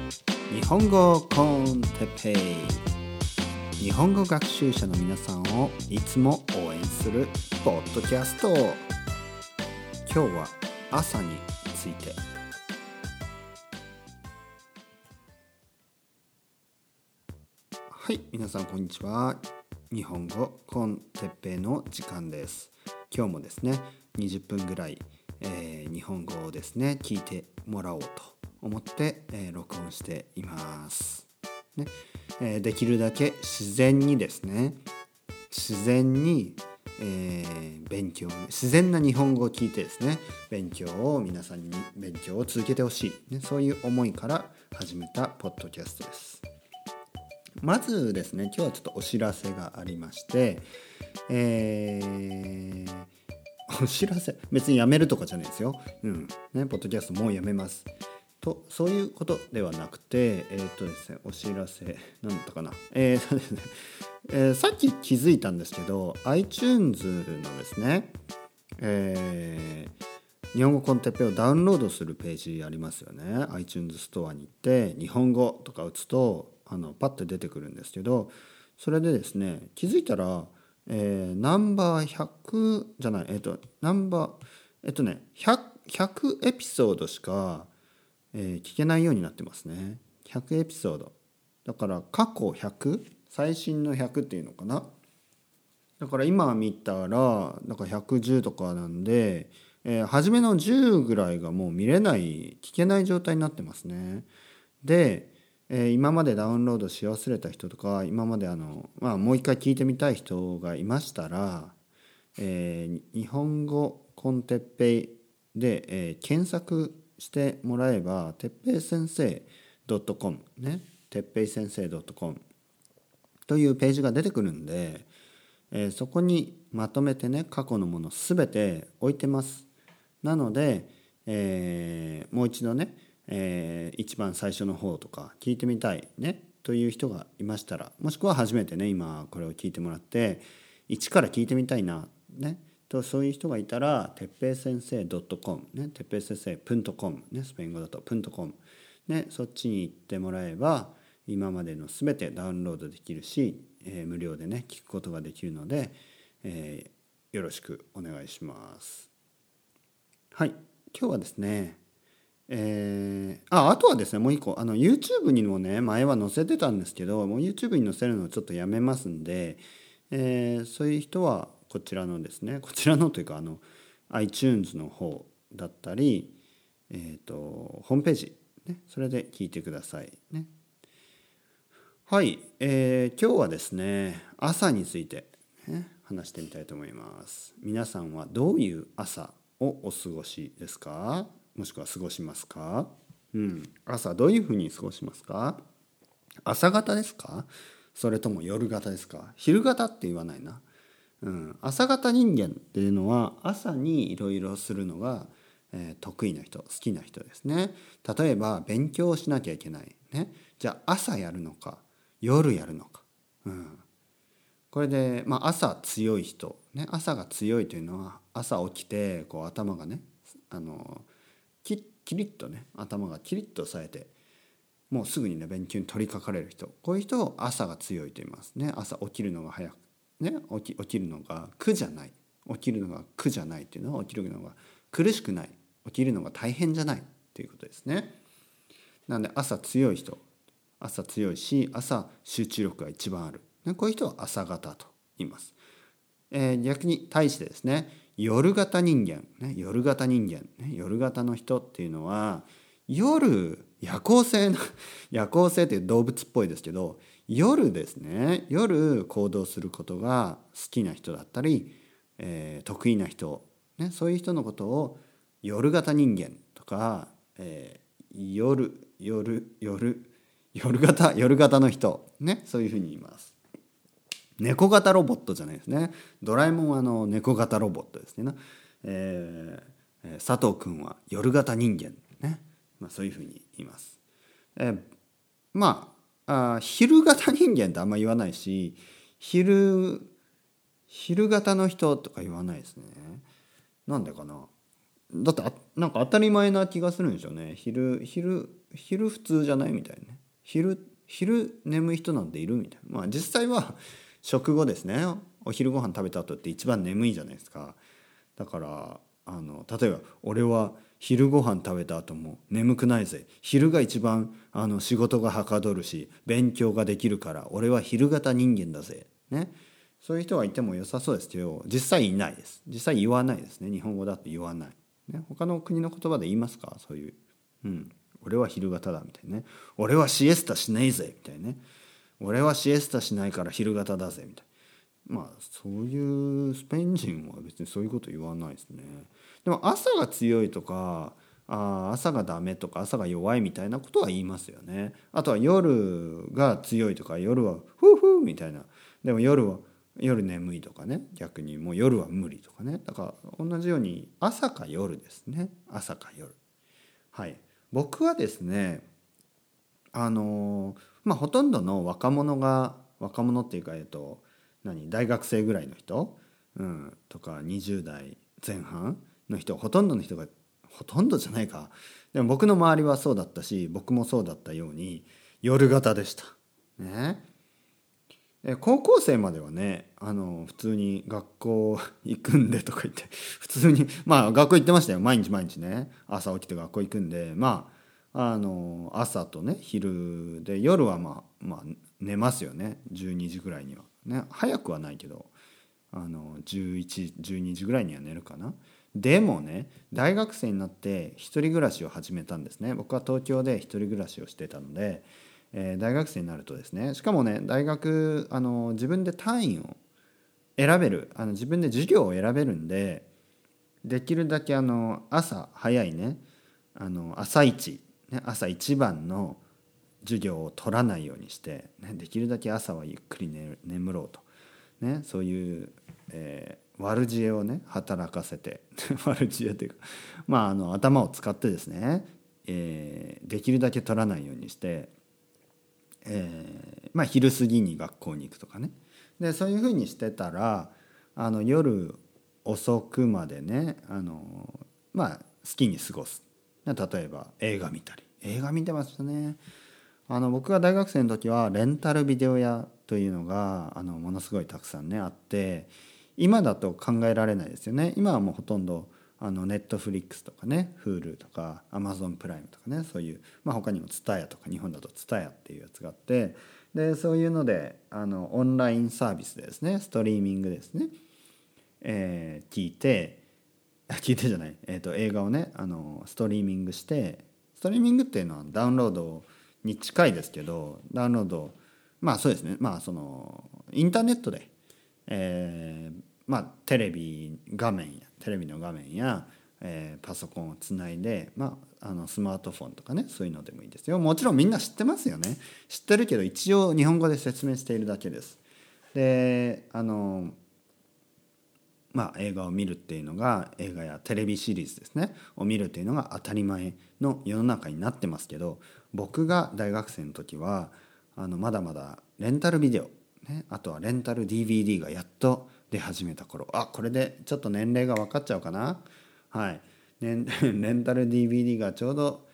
日本語コンテッペイ。日本語学習者の皆さんをいつも応援するポッドキャスト。今日は朝について。はい、皆さんこんにちは。日本語コンテッペイの時間です。今日もですね20分ぐらい、日本語をですね聞いてもらおうと思って、録音しています、ね。できるだけ自然にですね自然に、自然な日本語を聞いてですね皆さんに勉強を続けてほしい、ね、そういう思いから始めたポッドキャストです。まずですね今日はちょっとお知らせがありまして、お知らせ別にやめるとかじゃないですよ、ポッドキャストもうやめますとそういうことではなくてですねお知らせなんだったかなですね、さっき気づいたんですけど iTunes のですね、日本語コンテッペイをダウンロードするページありますよね。 iTunes ストアに行って日本語とか打つとパッと出てくるんですけど、それでですね気づいたら、ナンバー100じゃないナンバー100エピソードしか、聞けないようになってますね。100エピソードだから過去100最新の100っていうのかな。だから今見たらなんか110とかなんで、初めの10ぐらいがもう見れない聞けない状態になってますね。で今までダウンロードし忘れた人とか今までもう一回聞いてみたい人がいましたら、日本語コンテッペイで、検索してもらえばてっぺい先生 .com ねてっぺい先生 .com というページが出てくるんで、そこにまとめてね過去のものすべて置いてます。なので、もう一度ね一番最初の方とか聞いてみたいねという人がいましたら、もしくは初めてね今これを聞いてもらって一から聞いてみたいなねとそういう人がいたらてっぺい先生 .com ねてっぺい先生 .com ねスペイン語だと .com ねそっちに行ってもらえば今までのすべてダウンロードできるし、無料でね聞くことができるので、よろしくお願いします。はい、今日はですねあとはですねもう一個YouTube にもね前は載せてたんですけどもう YouTube に載せるのをちょっとやめますんで、そういう人はこちらのですねこちらのというかiTunes の方だったり、ホームページ、ね、それで聞いてくださいね。はい、今日はですね朝について、ね、話してみたいと思います。皆さんはどういう朝をお過ごしですか？もしくは過ごしますか？朝どういうふうに過ごしますか？朝型ですか？それとも夜型ですか？昼型って言わないな。朝型人間っていうのは朝にいろいろするのが、得意な人好きな人ですね。例えば勉強をしなきゃいけない、ね、じゃあ朝やるのか夜やるのか、これで、朝強い人、ね、朝が強いというのは朝起きてこう頭がねキリッとね頭がキリッとさえてもうすぐにね勉強に取り掛かれる人、こういう人を朝が強いと言いますね。朝起きるのが早くね起きるのが苦じゃない起きるのが苦じゃないっていうのは起きるのが苦しくない起きるのが大変じゃないということですね。なので朝強い人朝強いし朝集中力が一番ある、ね、こういう人は朝型と言います。逆に対してですね夜型人間、ね、夜型人間、ね、夜型の人っていうのは夜夜行性の夜行性っていう動物っぽいですけど夜ですね夜行動することが好きな人だったり、得意な人、ね、そういう人のことを夜型人間とか、夜型の人、ね、そういうふうに言います。猫型ロボットじゃないですね。ドラえもんは猫型ロボットですね。佐藤くんは夜型人間、ね、そういうふうに言います。昼型人間ってあんま言わないし昼型の人とか言わないですね。なんでかな。 だってなんか当たり前な気がするんですよね。昼普通じゃないみたいなね。昼眠い人なんているみたいな。まあ実際は食後ですね。お昼ご飯食べた後って一番眠いじゃないですか。だから例えば俺は昼ご飯食べた後も眠くないぜ。昼が一番仕事がはかどるし勉強ができるから俺は昼型人間だぜ。ね。そういう人がいても良さそうですけど実際いないです。実際言わないですね。日本語だと言わない。ね、他の国の言葉で言いますかそういう。うん。俺は昼型だみたいなね。俺はシエスタしないぜみたいなね。俺はシエスタしないから昼型だぜみたいな。まあそういうスペイン人は別にそういうこと言わないですね。でも朝が強いとか朝がダメとか朝が弱いみたいなことは言いますよね。あとは夜が強いとか夜はフーフーみたいな。でも夜眠いとかね逆にもう夜は無理とかねだから同じように朝か夜ですね朝か夜。はい僕はですねほとんどの若者っていうか大学生ぐらいの人、とか20代前半の人ほとんどの人がほとんどじゃないかでも僕の周りはそうだったし僕もそうだったように夜型でしたね。高校生まではね普通に学校行くんでとか言って普通にまあ学校行ってましたよ毎日ね朝起きて学校行くんで朝とね昼で夜は寝ますよね12時ぐらいにはね早くはないけど11、12時ぐらいには寝るかな。でもね大学生になって一人暮らしを始めたんですね。僕は東京で一人暮らしをしてたので大学生になるとですねしかもね大学自分で単位を選べる自分で授業を選べるんでできるだけ朝早いね朝一、ね、朝一番の授業を取らないようにして、ね、できるだけ朝はゆっくり眠ろうと、ね、そういう、悪知恵をね働かせて悪知恵というか、頭を使ってですね、できるだけ取らないようにして、昼過ぎに学校に行くとかねでそういうふうにしてたら夜遅くまでね好きに過ごす。例えば映画見てましたね。僕が大学生の時はレンタルビデオ屋というのがものすごいたくさんねあって今だと考えられないですよね。今はもうほとんどネットフリックスとかね Hulu とか Amazon プライムとかねそういう、他にも TSUTAYA とか日本だと TSUTAYAっていうやつがあってでそういうのでオンラインサービスでですねストリーミングですね、聞いてじゃない、映画をねストリーミングしてストリーミングっていうのはダウンロードに近いですけどダウンロードそうですねそのインターネットで、テレビの画面や、パソコンをつないで、スマートフォンとかねそういうのでもいいですよ。もちろんみんな知ってますよね。知ってるけど一応日本語で説明しているだけです。で映画を見るっていうのが映画やテレビシリーズですねを見るっていうのが当たり前の世の中になってますけど僕が大学生の時はまだまだレンタルビデオ、ね、あとはレンタル DVD がやっと出始めた頃これでちょっと年齢が分かっちゃうかな。はい、レンタル DVD がちょうど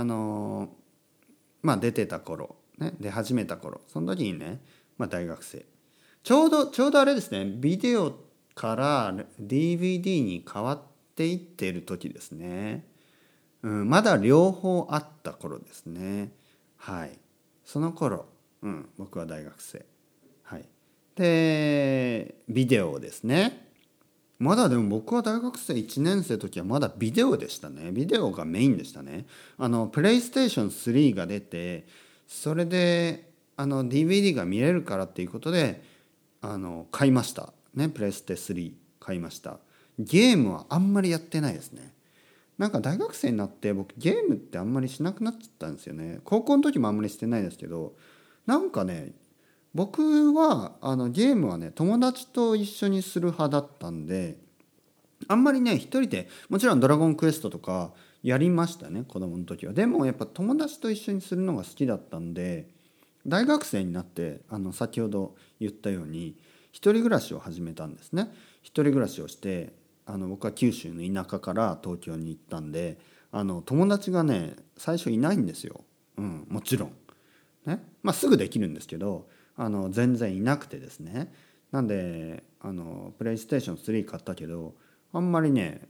出てた頃、ね、出始めた頃その時にね、大学生ちょうどあれですねビデオから DVD に変わっていっている時ですね、まだ両方あった頃ですね。はいその頃、僕は大学生はいでビデオですね。まだでも僕は大学生1年生の時はまだビデオでしたね。ビデオがメインでしたね。プレイステーション3が出てそれでDVD が見れるからっていうことで買いましたね。プレステ3買いました。ゲームはあんまりやってないですね。なんか大学生になって僕ゲームってあんまりしなくなっちゃったんですよね。高校の時もあんまりしてないですけどなんかね僕はゲームはね友達と一緒にする派だったんであんまりね一人でもちろんドラゴンクエストとかやりましたね子供の時は。でもやっぱ友達と一緒にするのが好きだったんで大学生になって先ほど言ったように一人暮らしを始めたんですね。一人暮らしをして僕は九州の田舎から東京に行ったんで友達がね最初いないんですよ。もちろんね、すぐできるんですけど全然いなくてですね。なんでプレイステーション3買ったけどあんまりね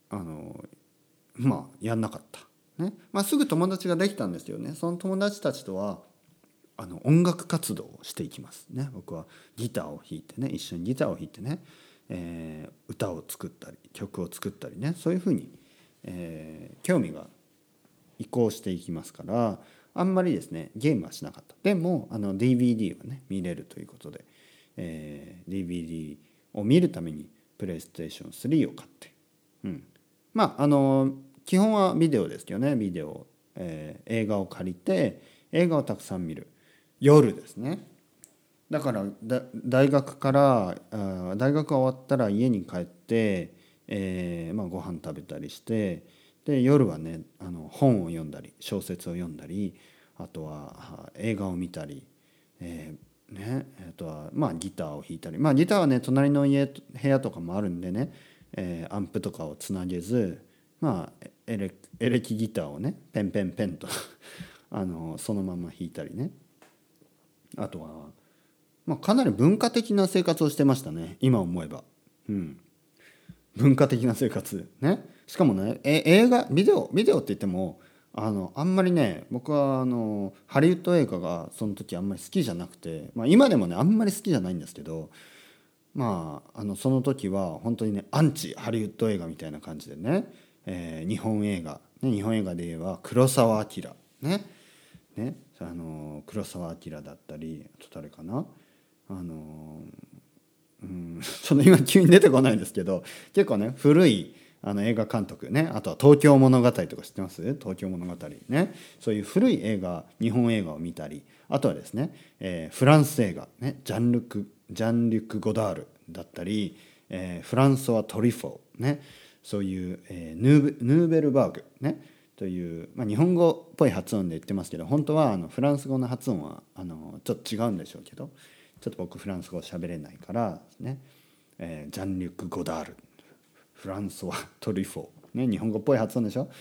やんなかった、ね。すぐ友達ができたんですよね。その友達たちとは音楽活動をしていきますね。僕はギターを弾いてね、一緒にギターを弾いてね、歌を作ったり曲を作ったりね、そういうふうに、興味が移行していきますから、あんまりですねゲームはしなかった。でもDVD はね見れるということで、DVD を見るためにプレイステーション3を買って、基本はビデオですけどね、ビデオ、映画を借りて映画をたくさん見る。夜ですね。だから大学から大学が終わったら家に帰って、ご飯食べたりして、で夜はね本を読んだり小説を読んだり、あとは映画を見たり、あとはギターを弾いたり、ギターはね隣の部屋とかもあるんでね、アンプとかをつなげず、エレキギターをねペンペンペンとそのまま弾いたりね。あとは、かなり文化的な生活をしてましたね、今思えば。文化的な生活ね。しかもね映画ビデオって言ってもあんまりね僕はハリウッド映画がその時あんまり好きじゃなくて、今でもねあんまり好きじゃないんですけど、その時は本当にねアンチハリウッド映画みたいな感じでね、日本映画、日本映画で言えば黒澤明ね、黒澤明だったり、あと誰かな、その今急に出てこないですけど、結構ね古い映画監督ね、あとは東京物語とか知ってます？東京物語ね、そういう古い映画、日本映画を見たり、あとはですね、フランス映画ね、ジャンルック・ゴダールだったり、フランソワ・トリフォーね、そういう、ヌーベルバーグねという、日本語っぽい発音で言ってますけど、本当はフランス語の発音はちょっと違うんでしょうけど、ちょっと僕フランス語喋れないからね、ジャンリュック・ゴダール、フランソワ・トリフォー、ね、日本語っぽい発音でしょ。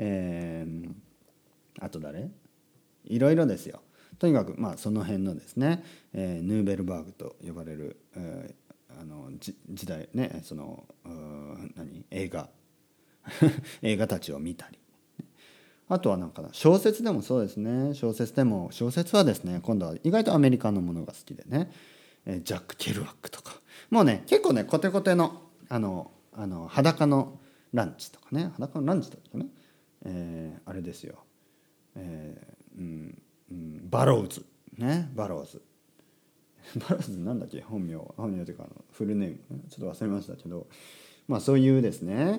あと誰？いろいろですよ。とにかくその辺のですね、ヌーベルバーグと呼ばれる、時代ね、その映画映画たちを見たり、あとは小説でもそうですね。小説はですね今度は意外とアメリカのものが好きでね、ジャック・ケルアックとか、もうね結構ねコテコテの裸のランチとかね、裸のランチとかね、あれですよ、バローズね、バローズなんだっけ、本名というかフルネームちょっと忘れましたけど、そういうですね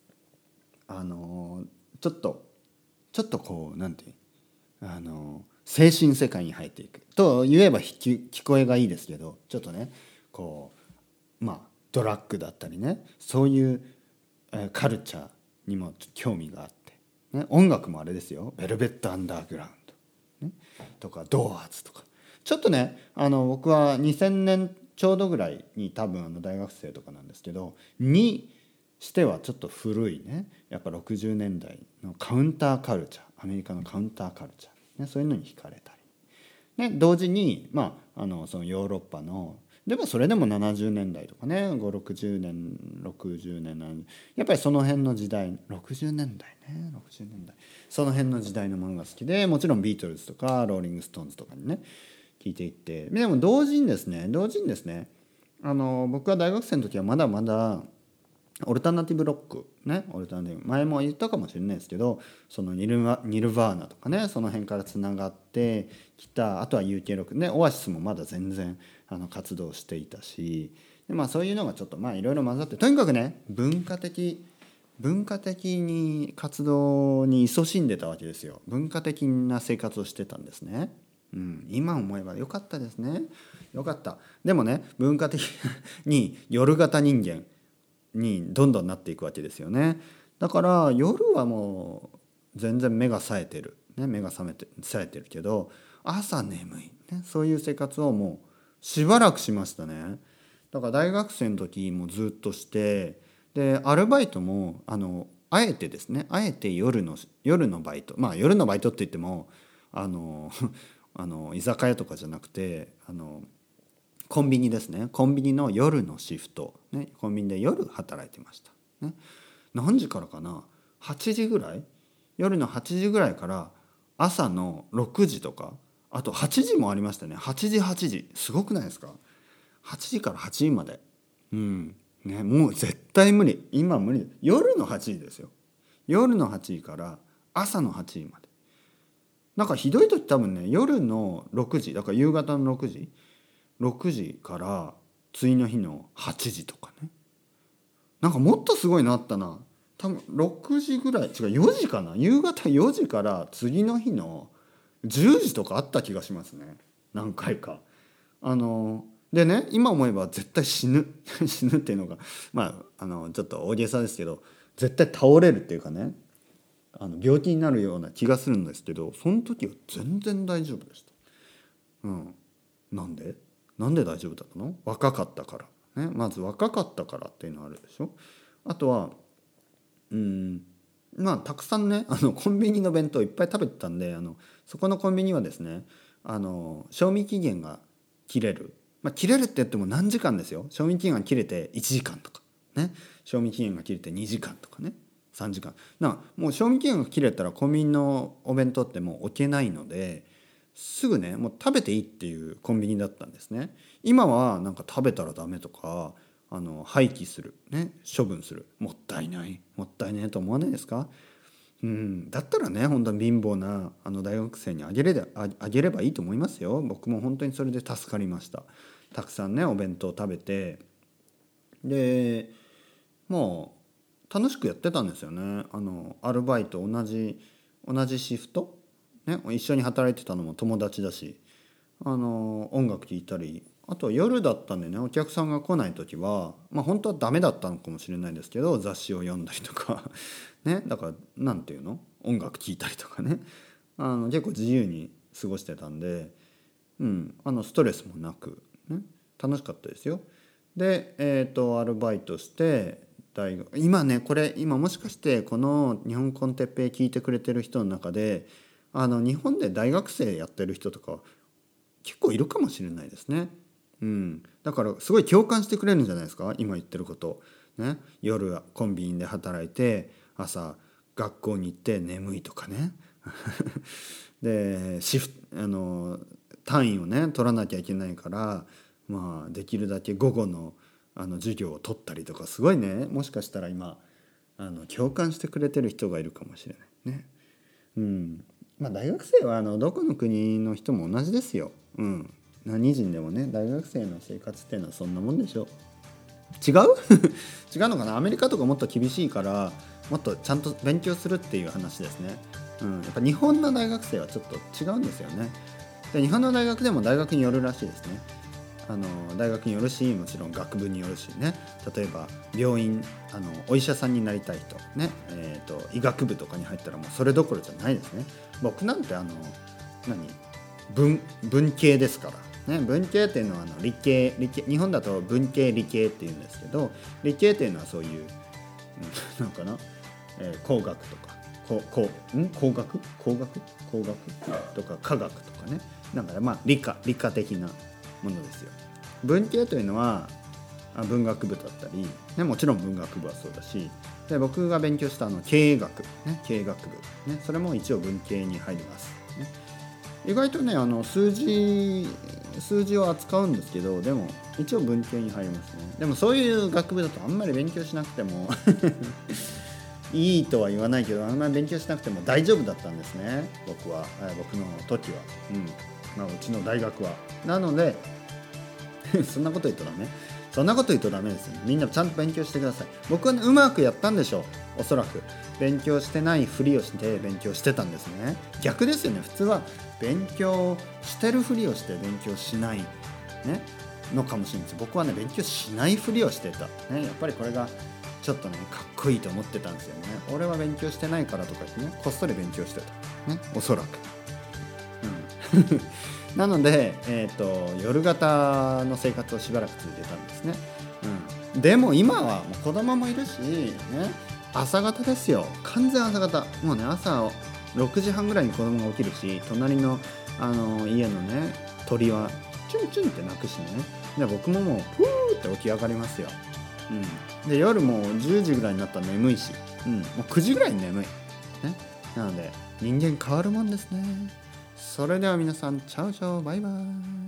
ちょっとこうなんて精神世界に入っていくと言えば聞こえがいいですけど、ちょっとねこうドラッグだったりね、そういうカルチャーにも興味があって、ね、音楽もあれですよ、ベルベット・アンダーグラウンド、ね、とかドアーズとか、ちょっとね僕は2000年ちょうどぐらいに多分大学生とかなんですけどにしてはちょっと古いね、やっぱ60年代のカウンターカルチャー、アメリカのカウンターカルチャー、ね、そういうのに惹かれたり、ね、同時にそのヨーロッパのでもそれでも70年代とかね560年60年やっぱりその辺の時代60年代ね60年代その辺の時代のものが好きで、もちろんビートルズとかローリング・ストーンズとかにね聞いていって、でも同時にですね僕が大学生の時はまだまだオルタナティブロックね、オルタナティブ前も言ったかもしれないですけど、そのニルヴァーナとかね、その辺からつながってきた、あとは UK ロックね、オアシスもまだ全然活動していたし、でそういうのがちょっといろいろ混ざって、とにかくね文化的に活動に勤しんでたわけですよ。文化的な生活をしてたんですね。今思えばよかったですね。よかった。でもね文化的に夜型人間にどんどんなっていくわけですよね。だから夜はもう全然目が冴えてる、ね、目が冴えてるけど朝眠い、ね、そういう生活をもうしばらくしましたね。だから大学生の時もずっとして、 でアルバイトもあえてですね、あえて夜のバイト、まあ夜のバイトって言っても居酒屋とかじゃなくてコンビニですね。コンビニの夜のシフト、ね、コンビニで夜働いてました、ね、何時からかな、8時ぐらい、夜の8時ぐらいから朝の6時とか、あと8時もありましたね。8時すごくないですか。8時から8時まで、ね、もう絶対無理、今無理。夜の8時ですよ。夜の8時から朝の8時まで。なんかひどい時多分ね、夜の6時だから夕方の6時から次の日の8時とかね。なんかもっとすごいのあったな。多分6時ぐらい、違う、4時かな、夕方4時から次の日の10時とかあった気がしますね、何回か。でね、今思えば絶対死ぬ死ぬっていうのがちょっと大げさですけど、絶対倒れるっていうかね、病気になるような気がするんですけど、その時は全然大丈夫でした。なんで大丈夫だったの？若かったから、ね、まず若かったからっていうのはあるでしょ。あとはたくさんねコンビニの弁当いっぱい食べてたんで、そこのコンビニはですね賞味期限が切れる、切れるって言っても何時間ですよ。賞味期限が切れて1時間とかね、賞味期限が切れて2時間とかね、3時間もう賞味期限が切れたらコンビニのお弁当ってもう置けないので、すぐねもう食べていいっていうコンビニだったんですね。今はなんか食べたらダメとか廃棄する、ね、処分する、もったいないと思わないですか。だったらね、本当に貧乏な大学生にあげればいいと思いますよ。僕も本当にそれで助かりました。たくさんねお弁当食べて、でもう楽しくやってたんですよね。アルバイト同じシフト、ね、一緒に働いてたのも友達だし、音楽聴いたり、あと夜だったんでね、お客さんが来ない時は本当はダメだったのかもしれないですけど、雑誌を読んだりとかね、だからなんていうの、音楽聴いたりとかね、結構自由に過ごしてたんで、ストレスもなく、ね、楽しかったですよ。でアルバイトして大学、今もしかしてこの日本コンテッペイ聞いてくれてる人の中で日本で大学生やってる人とか結構いるかもしれないですね。だからすごい共感してくれるんじゃないですか、今言ってること、ね、夜はコンビニで働いて朝学校に行って眠いとかねで単位をね取らなきゃいけないから、できるだけ午後の授業を取ったりとか、すごいね、もしかしたら今共感してくれてる人がいるかもしれないね。大学生はどこの国の人も同じですよ。何人でもね、大学生の生活っていうのはそんなもんでしょ。違う違うのかな。アメリカとかもっと厳しいからもっとちゃんと勉強するっていう話ですね。やっぱ日本の大学生はちょっと違うんですよね。で日本の大学でも大学によるらしいですね。大学によるし、もちろん学部によるしね。例えば病院お医者さんになりたい人ね、医学部とかに入ったらもうそれどころじゃないですね。僕なんて文系ですからね。文系っていうのは理系、日本だと文系理系っていうんですけど、理系っていうのはそういうなんかな、工学とか工学とか科学とかね、なんか理科的なものですよ。文系というのは文学部だったり、ね、もちろん文学部はそうだし、で僕が勉強した経営学、ね、経営学部、ね、それも一応文系に入ります、ね。意外とね数字を扱うんですけど、でも一応文系に入りますね。でもそういう学部だとあんまり勉強しなくてもいいとは言わないけど、あんまり勉強しなくても大丈夫だったんですね、僕の時は。うちの大学は。なのでそんなこと言うとダメですよ。みんなちゃんと勉強してください。僕はねうまくやったんでしょう。おそらく勉強してないふりをして勉強してたんですね。逆ですよね。普通は勉強してるふりをして勉強しない、ね、のかもしれないです。僕はね勉強しないふりをしてた、ね、やっぱりこれがちょっとねかっこいいと思ってたんですよね。俺は勉強してないからとかですね、こっそり勉強してた、ね、おそらく。なので、夜型の生活をしばらく続けたんですね。 でも今はもう子供もいるしね、朝方ですよ。完全朝方。もうね、朝6時半ぐらいに子供が起きるし、隣の家のね鳥はチュンチュンって鳴くしね。で僕ももうふーって起き上がりますよ。で夜も10時ぐらいになったら眠いし、もう9時ぐらいに眠い、ね、なので人間変わるもんですね。それでは皆さん、チャウチャウ、バイバイ。